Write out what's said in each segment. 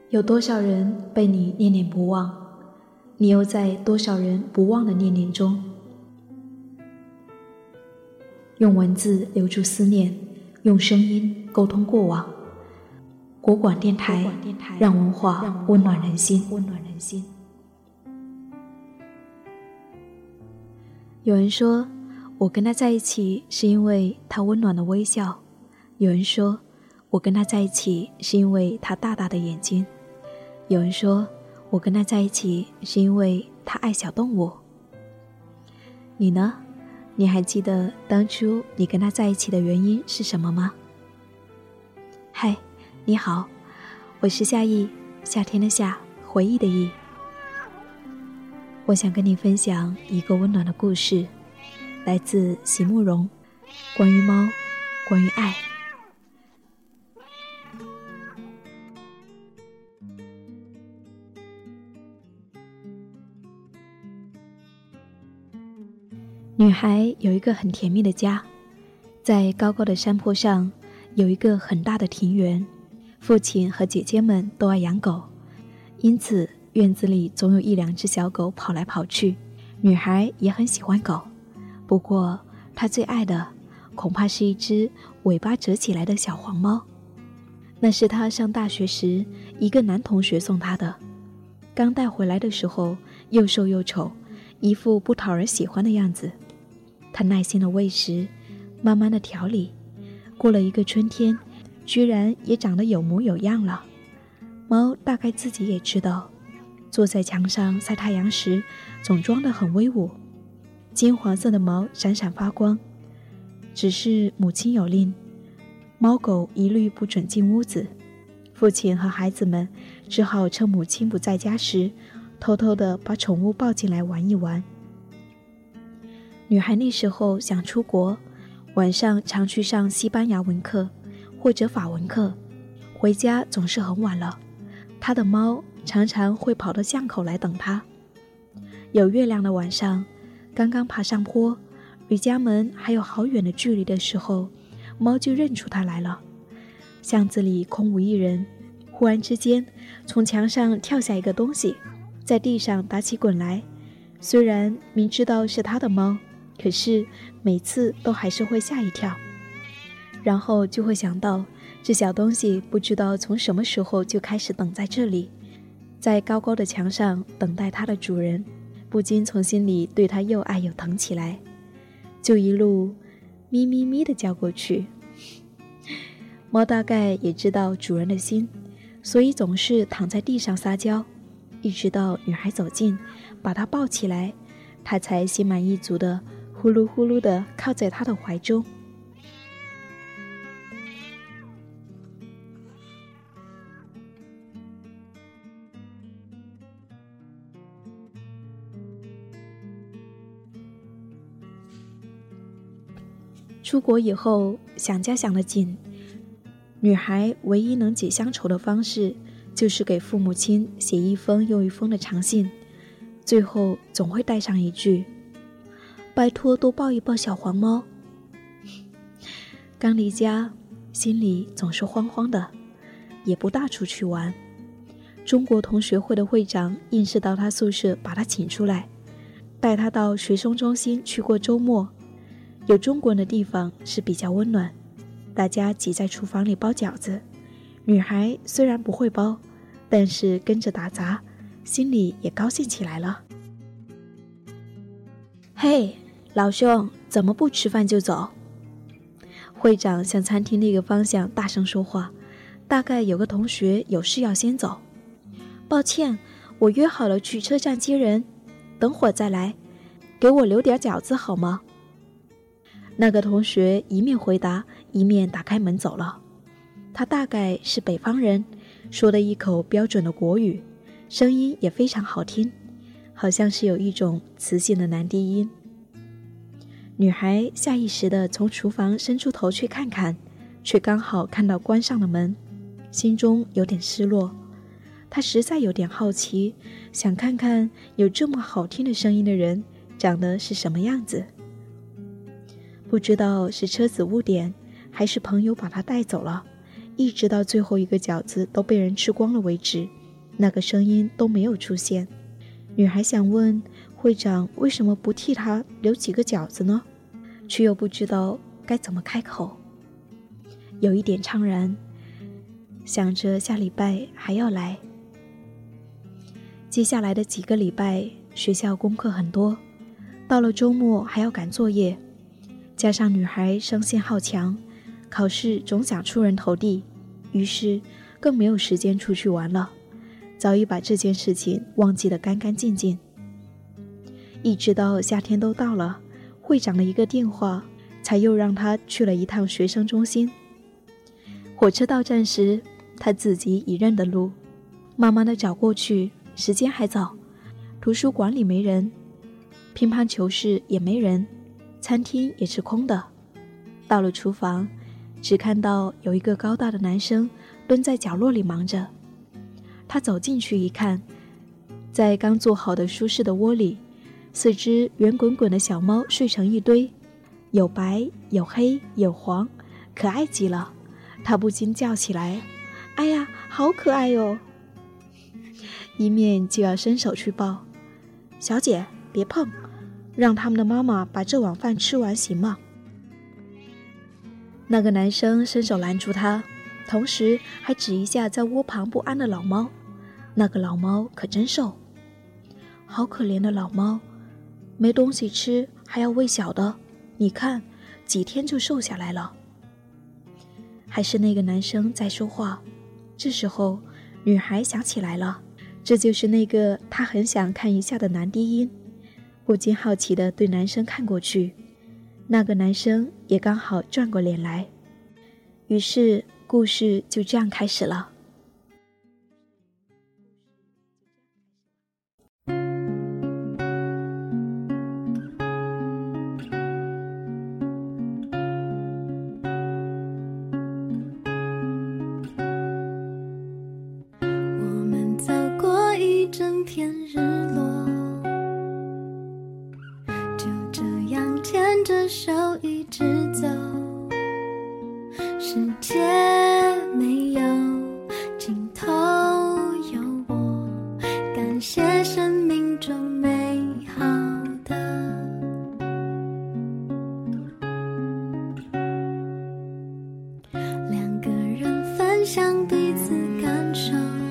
有多少人被你念念不忘，你又在多少人不忘的念念中？用文字留住思念，用声音沟通过往。国广电台，让文化温暖人心。有人说，我跟他在一起是因为他温暖的微笑；有人说，我跟他在一起是因为他大大的眼睛；有人说，我跟他在一起是因为他爱小动物。你呢？你还记得当初你跟他在一起的原因是什么吗？嗨，你好，我是夏意，夏天的夏，回忆的忆。我想跟你分享一个温暖的故事，来自席慕容，关于猫，关于爱。女孩有一个很甜蜜的家，在高高的山坡上有一个很大的庭园，父亲和姐姐们都爱养狗，因此院子里总有1-2只小狗跑来跑去。女孩也很喜欢狗，不过她最爱的恐怕是一只尾巴折起来的小黄猫。那是她上大学时一个男同学送她的，刚带回来的时候又瘦又丑，一副不讨人喜欢的样子。他耐心的喂食，慢慢的调理，过了一个春天，居然也长得有模有样了。猫大概自己也知道，坐在墙上晒太阳时总装得很威武，金黄色的毛闪闪发光。只是母亲有令，猫狗一律不准进屋子，父亲和孩子们只好趁母亲不在家时，偷偷地把宠物抱进来玩一玩。女孩那时候想出国，晚上常去上西班牙文课或者法文课，回家总是很晚了。她的猫常常会跑到巷口来等她。有月亮的晚上，刚刚爬上坡，离家门还有好远的距离的时候，猫就认出她来了。巷子里空无一人，忽然之间从墙上跳下一个东西，在地上打起滚来。虽然明知道是她的猫，可是每次都还是会吓一跳，然后就会想到这小东西不知道从什么时候就开始等在这里，在高高的墙上等待它的主人，不禁从心里对它又爱又疼起来，就一路咪咪咪地叫过去。猫大概也知道主人的心，所以总是躺在地上撒娇，一直到女孩走近把它抱起来，它才心满意足地呼噜呼噜地靠在他的怀中。出国以后想家想得紧，女孩唯一能解乡愁的方式就是给父母亲写一封又一封的长信，最后总会带上一句，拜托多抱一抱小黄猫。刚离家，心里总是慌慌的，也不大出去玩。中国同学会的会长硬是到他宿舍把他请出来，带他到学生中心去过周末。有中国人的地方是比较温暖，大家挤在厨房里包饺子。女孩虽然不会包，但是跟着打杂，心里也高兴起来了。嘿，老兄，怎么不吃饭就走？会长向餐厅那个方向大声说话，大概有个同学有事要先走。抱歉，我约好了去车站接人，等会儿再来，给我留点饺子好吗？那个同学一面回答，一面打开门走了。他大概是北方人，说了一口标准的国语，声音也非常好听，好像是有一种磁性的男低音。女孩下意识地从厨房伸出头去看看，却刚好看到关上了门，心中有点失落。她实在有点好奇，想看看有这么好听的声音的人长得是什么样子。不知道是车子误点，还是朋友把她带走了，一直到最后一个饺子都被人吃光了为止， 那个声音都没有出现。女孩想问会长为什么不替她留几个饺子呢，却又不知道该怎么开口，有一点怅然，想着下礼拜还要来。接下来的几个礼拜，学校功课很多，到了周末还要赶作业，加上女孩生性好强，考试总想出人头地，于是更没有时间出去玩了，早已把这件事情忘记得干干净净。一直到夏天都到了，会长的一个电话才又让他去了一趟学生中心。火车到站时，他自己已认得路，慢慢地找过去，时间还早，图书馆里没人，乒乓球室也没人，餐厅也是空的。到了厨房，只看到有一个高大的男生蹲在角落里忙着。他走进去一看，在刚做好的舒适的窝里，4只圆滚滚的小猫睡成一堆，有白有黑有黄，可爱极了。他不禁叫起来，哎呀，好可爱哟！一面就要伸手去抱，小姐别碰，让他们的妈妈把这碗饭吃完行吗？那个男生伸手拦住他，同时还指一下在窝旁不安的老猫。那个老猫可真瘦，好可怜的老猫，没东西吃还要喂小的，你看几天就瘦下来了。还是那个男生在说话，这时候女孩想起来了，这就是那个她很想看一下的男低音，不禁好奇地对男生看过去，那个男生也刚好转过脸来，于是故事就这样开始了。 手一直走，世界没有尽头，有我感谢生命中美好的。两个人分享彼此感受，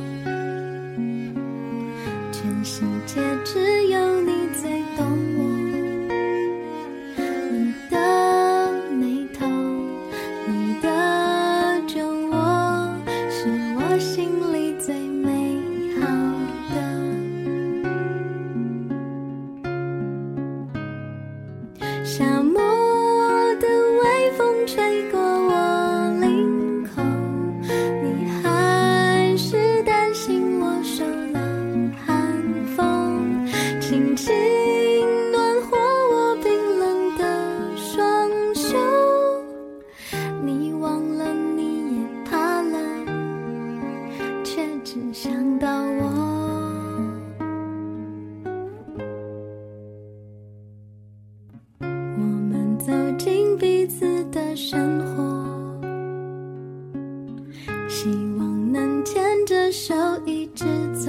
全世界只有你最懂我。夏末的微风吹过我领口，你还是担心我受了寒风，轻轻暖和我冰冷的双手。你忘了你也怕冷，却只想到我。走进彼此的生活，希望能牵着手一直走。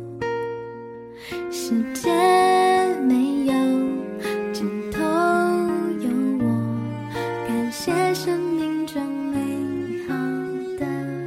世界没有尽头，有我感谢生命中美好的。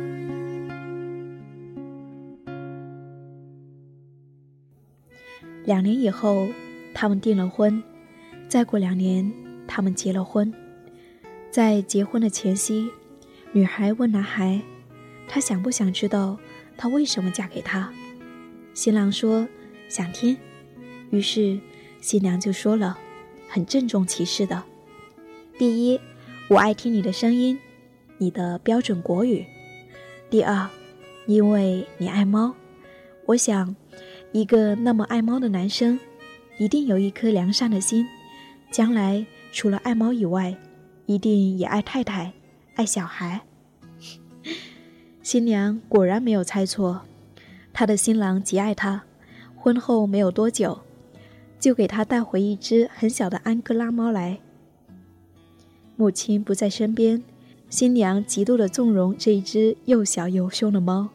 2年以后，他们订了婚，再过2年他们结了婚。在结婚的前夕，女孩问男孩，她想不想知道她为什么嫁给他。新郎说想听，于是新娘就说了，很郑重其事的，第一，我爱听你的声音，你的标准国语。第二，因为你爱猫，我想一个那么爱猫的男生一定有一颗良善的心，将来除了爱猫以外，一定也爱太太，爱小孩。新娘果然没有猜错，她的新郎极爱她，婚后没有多久，就给她带回一只很小的安哥拉猫来。母亲不在身边，新娘极度的纵容这一只又小又凶的猫，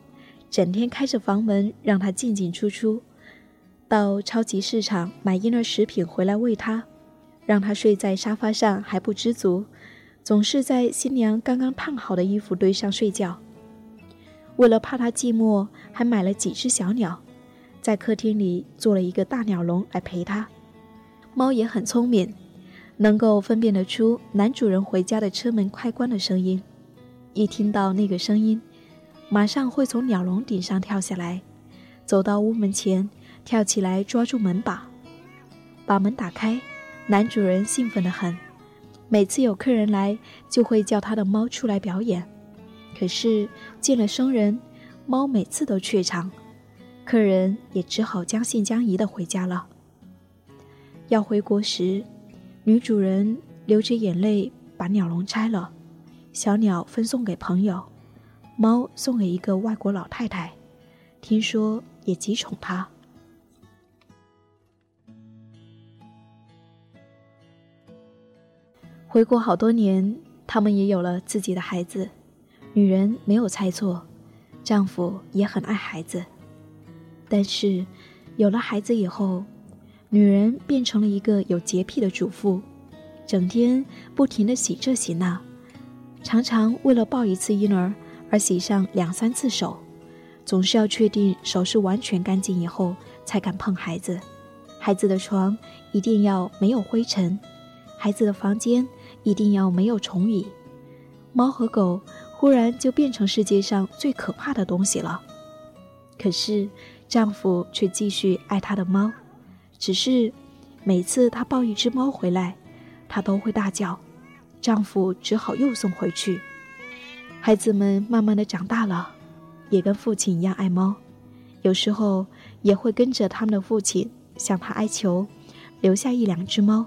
整天开着房门让他进进出出，到超级市场买婴儿食品回来喂他，让他睡在沙发上还不知足，总是在新娘刚刚烫好的衣服堆上睡觉。为了怕他寂寞，还买了几只小鸟，在客厅里做了一个大鸟笼来陪他。猫也很聪明，能够分辨得出男主人回家的车门开关的声音，一听到那个声音，马上会从鸟笼顶上跳下来，走到屋门前，跳起来抓住门把，把门打开。男主人兴奋得很，每次有客人来，就会叫他的猫出来表演。可是见了生人，猫每次都怯场，客人也只好将信将疑地回家了。要回国时，女主人流着眼泪把鸟笼拆了，小鸟分送给朋友，猫送给一个外国老太太，听说也极宠她。回国好多年，他们也有了自己的孩子。女人没有猜错，丈夫也很爱孩子。但是有了孩子以后，女人变成了一个有洁癖的主妇，整天不停地洗这洗那，常常为了抱一次婴儿而洗上2、3次手，总是要确定手是完全干净以后才敢碰孩子。孩子的床一定要没有灰尘，孩子的房间一定要没有虫蚁。猫和狗忽然就变成世界上最可怕的东西了。可是丈夫却继续爱他的猫，只是每次他抱一只猫回来，他都会大叫，丈夫只好又送回去。孩子们慢慢的长大了，也跟父亲一样爱猫，有时候也会跟着他们的父亲向他哀求，留下1、2只猫。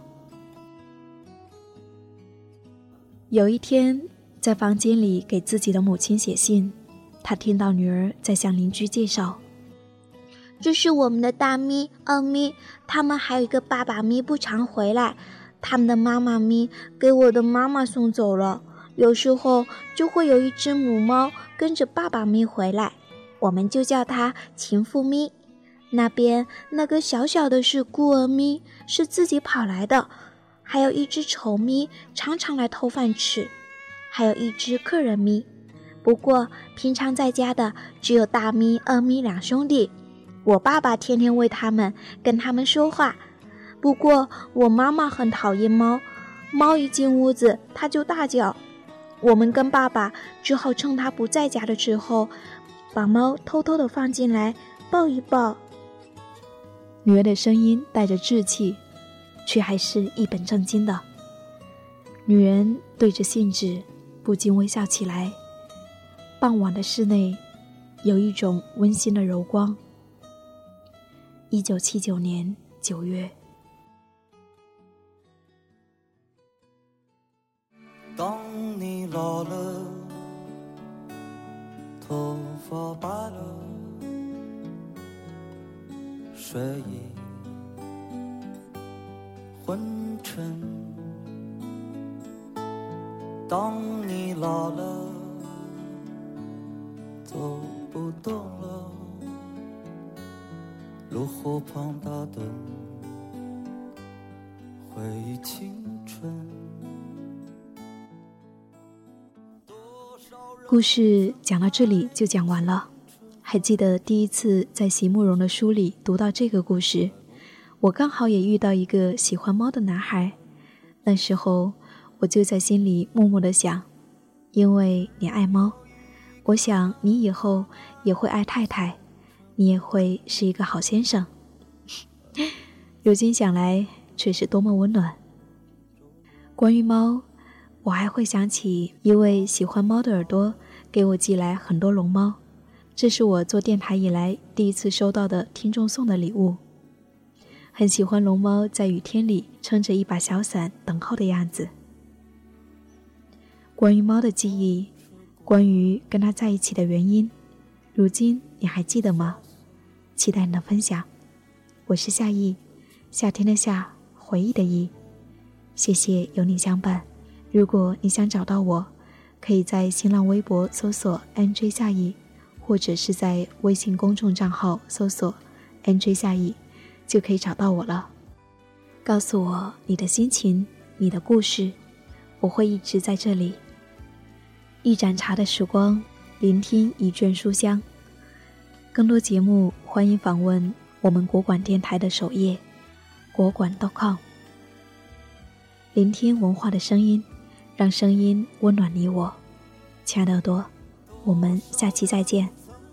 有一天，在房间里给自己的母亲写信，他听到女儿在向邻居介绍， 这是我们的大咪、二咪，他们还有一个爸爸咪不常回来，他们的妈妈咪给我的妈妈送走了，有时候就会有一只母猫跟着爸爸咪回来，我们就叫它情妇咪。那边那个小小的是孤儿咪，是自己跑来的，还有一只丑咪常常来偷饭吃，还有一只客人咪。不过平常在家的只有大咪、二咪2兄弟，我爸爸天天喂他们，跟他们说话。不过我妈妈很讨厌猫，猫一进屋子它就大叫，我们跟爸爸只好趁它不在家的时候，把猫偷偷地放进来抱一抱。 女儿的声音带着稚气，却还是一本正经的。女人对着信纸不禁微笑起来。傍晚的室内有一种温馨的柔光。1979年9月。 当你老了，头发白了，睡意昏沉。当你老了，走不动了，路湖旁打盹，回忆青春。 故事讲到这里就讲完了。还记得第一次在席慕容的书里读到这个故事，我刚好也遇到一个喜欢猫的男孩。那时候我就在心里默默地想，因为你爱猫，我想你以后也会爱太太，你也会是一个好先生。如今想来却是多么温暖。关于猫，我还会想起一位喜欢猫的耳朵给我寄来很多龙猫，这是我做电台以来第一次收到的听众送的礼物。很喜欢龙猫在雨天里撑着一把小伞等候的样子。关于猫的记忆，关于跟它在一起的原因，如今你还记得吗？期待你的分享。我是夏意，夏天的夏，回忆的忆。谢谢有你相伴。如果你想找到我，可以在新浪微博搜索 NJ 夏意， 或者是在微信公众账号搜索 NJ 夏意，就可以找到我了。告诉我你的心情，你的故事，我会一直在这里。一盏茶的时光，聆听一卷书香。更多节目欢迎访问我们国馆电台的首页国馆 .com， 聆听文化的声音，让声音温暖你我。亲爱的耳朵，我们下期再见。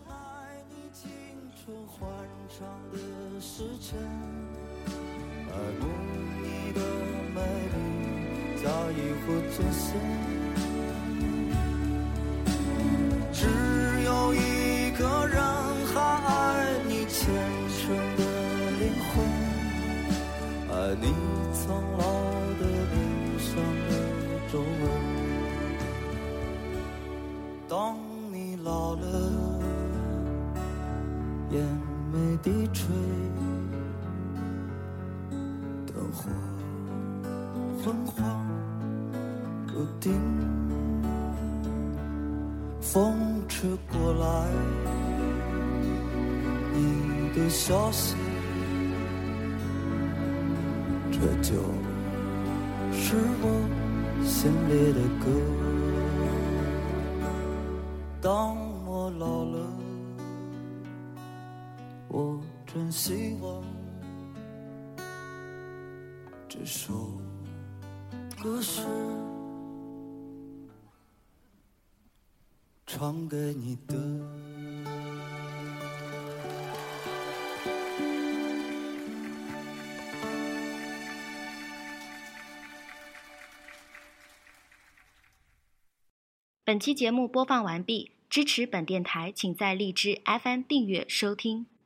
只有一个人还爱你虔诚的灵魂，爱你苍老的脸上的皱纹。当你老了，烟眉低垂，灯火昏黄如定，风吹过来你的消息，这就是我先烈的歌。当我老了，我真希望这首歌是唱给你的。 本期节目播放完毕，支持本电台请在荔枝 FM 订阅收听。